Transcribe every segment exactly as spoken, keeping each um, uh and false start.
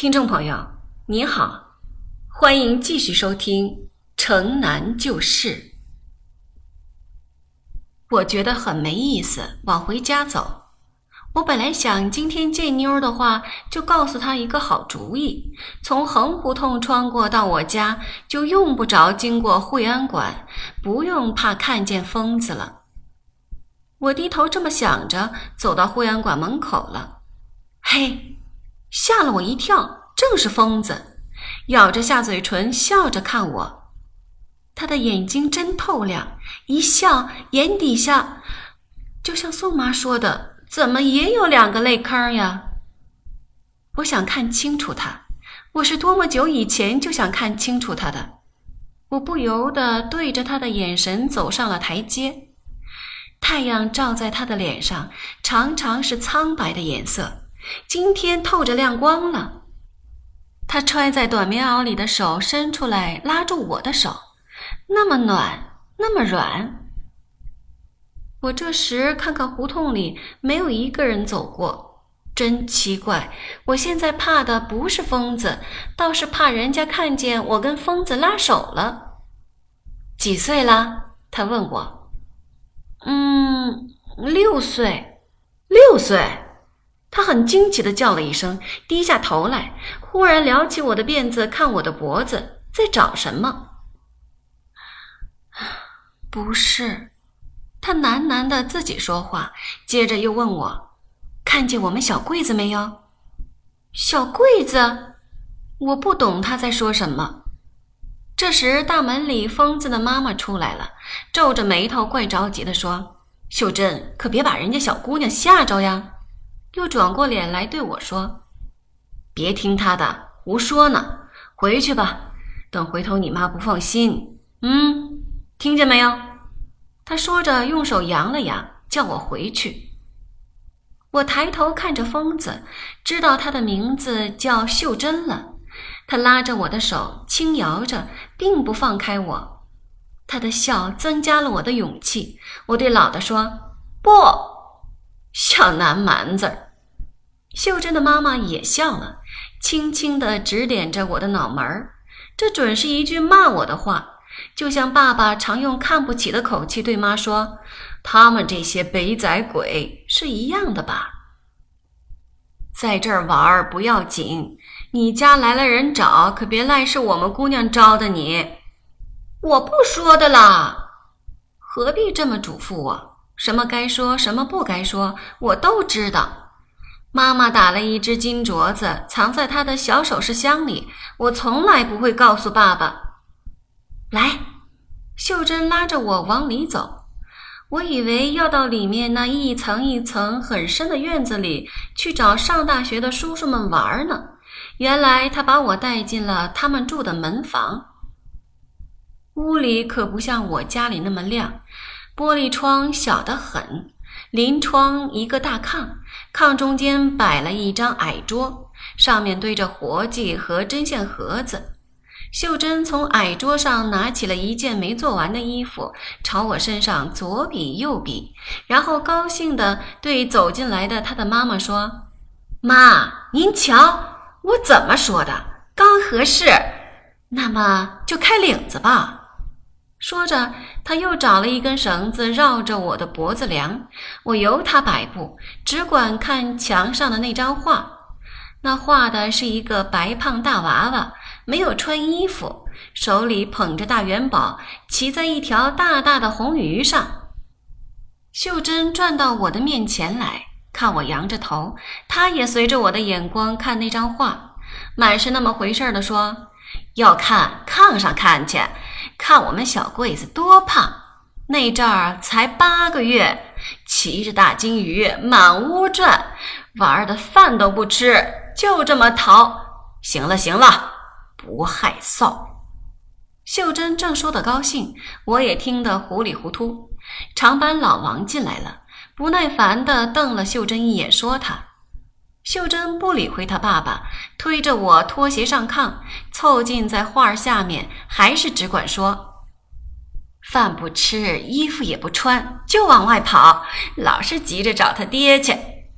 听众朋友，你好，欢迎继续收听《城南旧事》。我觉得很没意思，往回家走。我本来想今天见妞的话，就告诉她一个好主意，从横胡同穿过到我家，就用不着经过惠安馆，不用怕看见疯子了。我低头这么想着，走到惠安馆门口了。嘿，吓了我一跳，正是疯子，咬着下嘴唇笑着看我。他的眼睛真透亮，一笑眼底下就像宋妈说的，怎么也有两个泪坑呀。我想看清楚他，我是多么久以前就想看清楚他的。我不由得对着他的眼神走上了台阶。太阳照在他的脸上，常常是苍白的颜色，今天透着亮光了。他揣在短棉袄里的手伸出来，拉住我的手，那么暖，那么软。我这时看看胡同里没有一个人走过，真奇怪，我现在怕的不是疯子，倒是怕人家看见我跟疯子拉手了。几岁了？他问我。嗯，六岁。六岁？他很惊奇地叫了一声，低下头来，忽然撩起我的辫子，看我的脖子，在找什么？不是。他喃喃地自己说话，接着又问我，看见我们小柜子没有？小柜子？我不懂他在说什么。这时大门里疯子的妈妈出来了，皱着眉头怪着急地说，秀珍，可别把人家小姑娘吓着呀。又转过脸来对我说，别听他的，胡说呢，回去吧，等回头你妈不放心。嗯，听见没有？他说着用手扬了扬，叫我回去。我抬头看着疯子，知道他的名字叫秀珍了。他拉着我的手轻摇着，并不放开我。他的笑增加了我的勇气。我对老的说，不，小南蛮子。秀珍的妈妈也笑了，轻轻地指点着我的脑门儿，这准是一句骂我的话，就像爸爸常用看不起的口气对妈说，他们这些北仔鬼是一样的吧。在这儿玩不要紧，你家来了人找，可别赖是我们姑娘招的你。我不说的啦。何必这么嘱咐我？什么该说，什么不该说，我都知道。妈妈打了一只金镯子，藏在她的小首饰箱里，我从来不会告诉爸爸。来，秀珍拉着我往里走。我以为要到里面那一层一层很深的院子里去找上大学的叔叔们玩呢，原来他把我带进了他们住的门房。屋里可不像我家里那么亮，玻璃窗小得很，临窗一个大炕，炕中间摆了一张矮桌，上面堆着活计和针线盒子。秀珍从矮桌上拿起了一件没做完的衣服，朝我身上左比右比，然后高兴地对走进来的她的妈妈说，妈，您瞧，我怎么说的，刚合适，那么就开领子吧。说着，他又找了一根绳子绕着我的脖子量，我由他摆布，只管看墙上的那张画。那画的是一个白胖大娃娃，没有穿衣服，手里捧着大元宝，骑在一条大大的红鱼上。秀珍转到我的面前来，看我扬着头，她也随着我的眼光看那张画，满是那么回事的说，要看炕上看去，看我们小柜子多胖，那阵儿才八个月，骑着大金鱼满屋转，玩的饭都不吃，就这么逃。行了行了，不害臊。秀珍正说得高兴，我也听得糊里糊涂。长班老王进来了，不耐烦地瞪了秀珍一眼，说他。秀珍不理会他爸爸，推着我拖鞋上炕，凑近在画下面，还是只管说，饭不吃，衣服也不穿，就往外跑，老是急着找他爹去。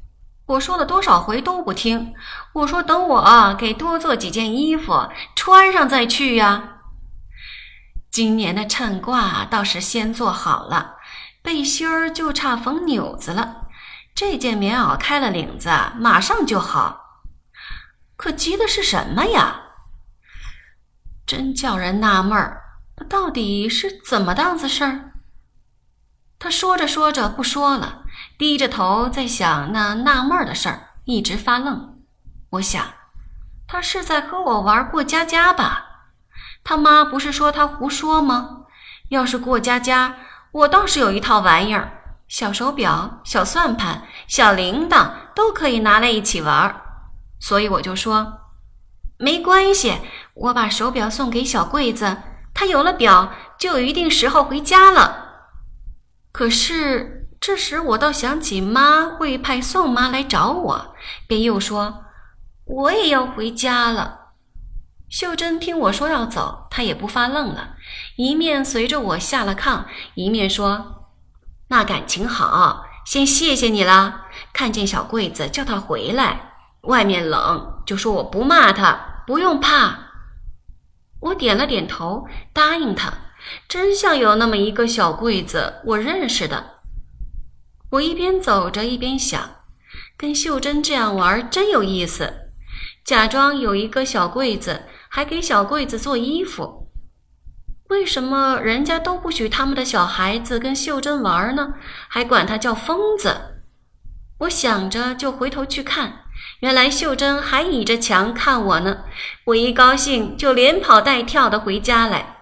我说了多少回都不听，我说等我给多做几件衣服，穿上再去呀。今年的衬褂倒是先做好了，背心儿就差缝纽子了，这件棉袄开了领子，马上就好。可急的是什么呀？真叫人纳闷儿，到底是怎么档子事儿？他说着说着不说了，低着头在想那纳闷的事儿，一直发愣。我想，他是在和我玩过家家吧？他妈不是说他胡说吗？要是过家家，我倒是有一套玩意儿，小手表、小算盘、小铃铛都可以拿来一起玩。所以我就说，没关系，我把手表送给小桂子，她有了表就有一定时候回家了。可是这时我倒想起妈会派宋妈来找我，便又说我也要回家了。秀珍听我说要走，她也不发愣了，一面随着我下了炕，一面说，那感情好，先谢谢你了，看见小桂子叫她回来，外面冷就说我不骂她，不用怕。我点了点头答应她，真像有那么一个小桂子我认识的。我一边走着一边想，跟秀珍这样玩真有意思，假装有一个小桂子，还给小桂子做衣服。为什么人家都不许他们的小孩子跟秀珍玩呢？还管她叫疯子？我想着就回头去看，原来秀珍还倚着墙看我呢。我一高兴就连跑带跳的回家来。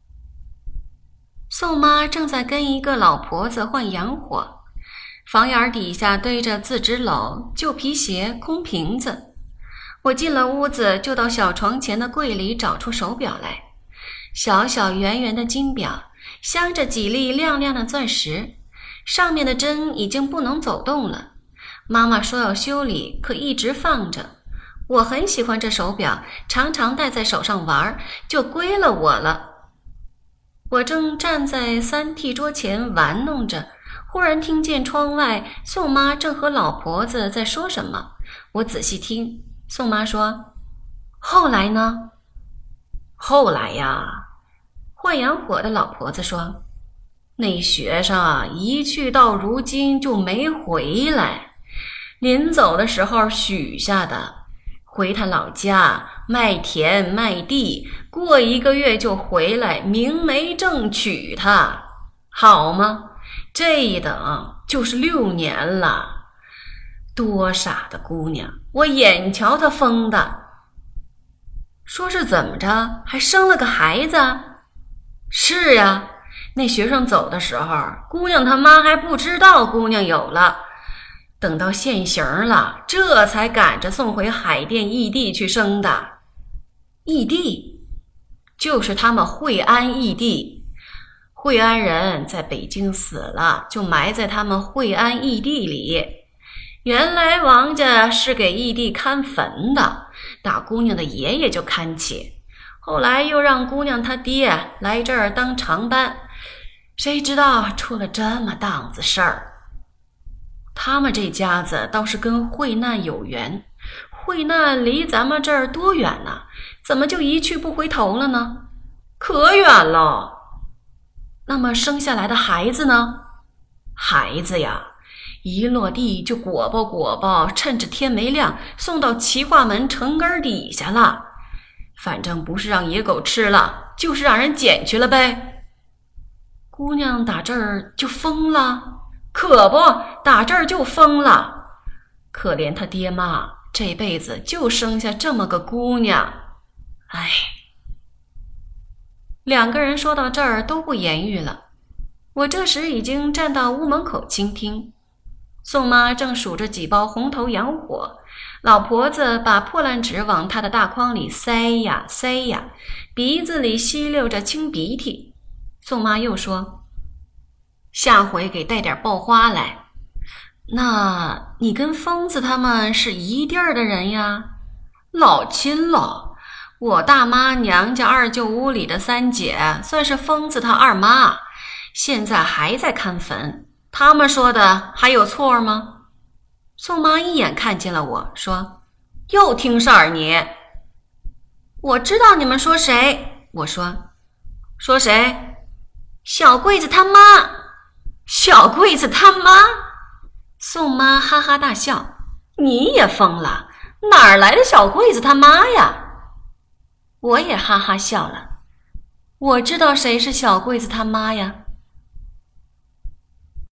宋妈正在跟一个老婆子换洋火，房檐底下堆着自纸篓、旧皮鞋、空瓶子。我进了屋子，就到小床前的柜里找出手表来，小小圆圆的金表，镶着几粒亮亮的钻石，上面的针已经不能走动了。妈妈说要修理，可一直放着。我很喜欢这手表，常常戴在手上玩，就归了我了。我正站在三屉桌前玩弄着，忽然听见窗外宋妈正和老婆子在说什么。我仔细听，宋妈说，后来呢？后来呀，换洋火的老婆子说，那学生啊，一去到如今就没回来，临走的时候许下的，回他老家卖田卖地，过一个月就回来，明媒正娶她，好吗？这一等就是六年了。多傻的姑娘，我眼瞧她疯的。说是怎么着，还生了个孩子？是呀，那学生走的时候，姑娘他妈还不知道姑娘有了，等到现行了，这才赶着送回海淀义弟去生的。义弟就是他们惠安义弟，惠安人在北京死了，就埋在他们惠安义弟里。原来王家是给义弟看坟的，大姑娘的爷爷就看起，后来又让姑娘她爹来这儿当长班，谁知道出了这么档子事儿。他们这家子倒是跟惠难有缘，惠难离咱们这儿多远呢？怎么就一去不回头了呢？可远了。那么生下来的孩子呢？孩子呀，一落地就裹包裹包，趁着天没亮送到齐化门城根底下了。反正不是让野狗吃了，就是让人捡去了呗。姑娘打这儿就疯了？可不，打这儿就疯了。可怜他爹妈这辈子就生下这么个姑娘。唉。两个人说到这儿都不言语了。我这时已经站到屋门口倾听。宋妈正数着几包红头洋火，老婆子把破烂纸往她的大筐里塞呀塞呀，鼻子里吸溜着清鼻涕。宋妈又说，下回给带点爆花来。那你跟疯子他们是一地儿的人呀？老亲了，我大妈娘家二舅屋里的三姐算是疯子他二妈，现在还在看坟，他们说的还有错吗？ 宋妈一眼看见了我，说：又听事儿你。我知道你们说谁。我说：说谁？小桂子他妈。小桂子他妈？宋妈哈哈大笑，你也疯了，哪儿来的小桂子他妈呀？我也哈哈笑了，我知道谁是小桂子他妈呀。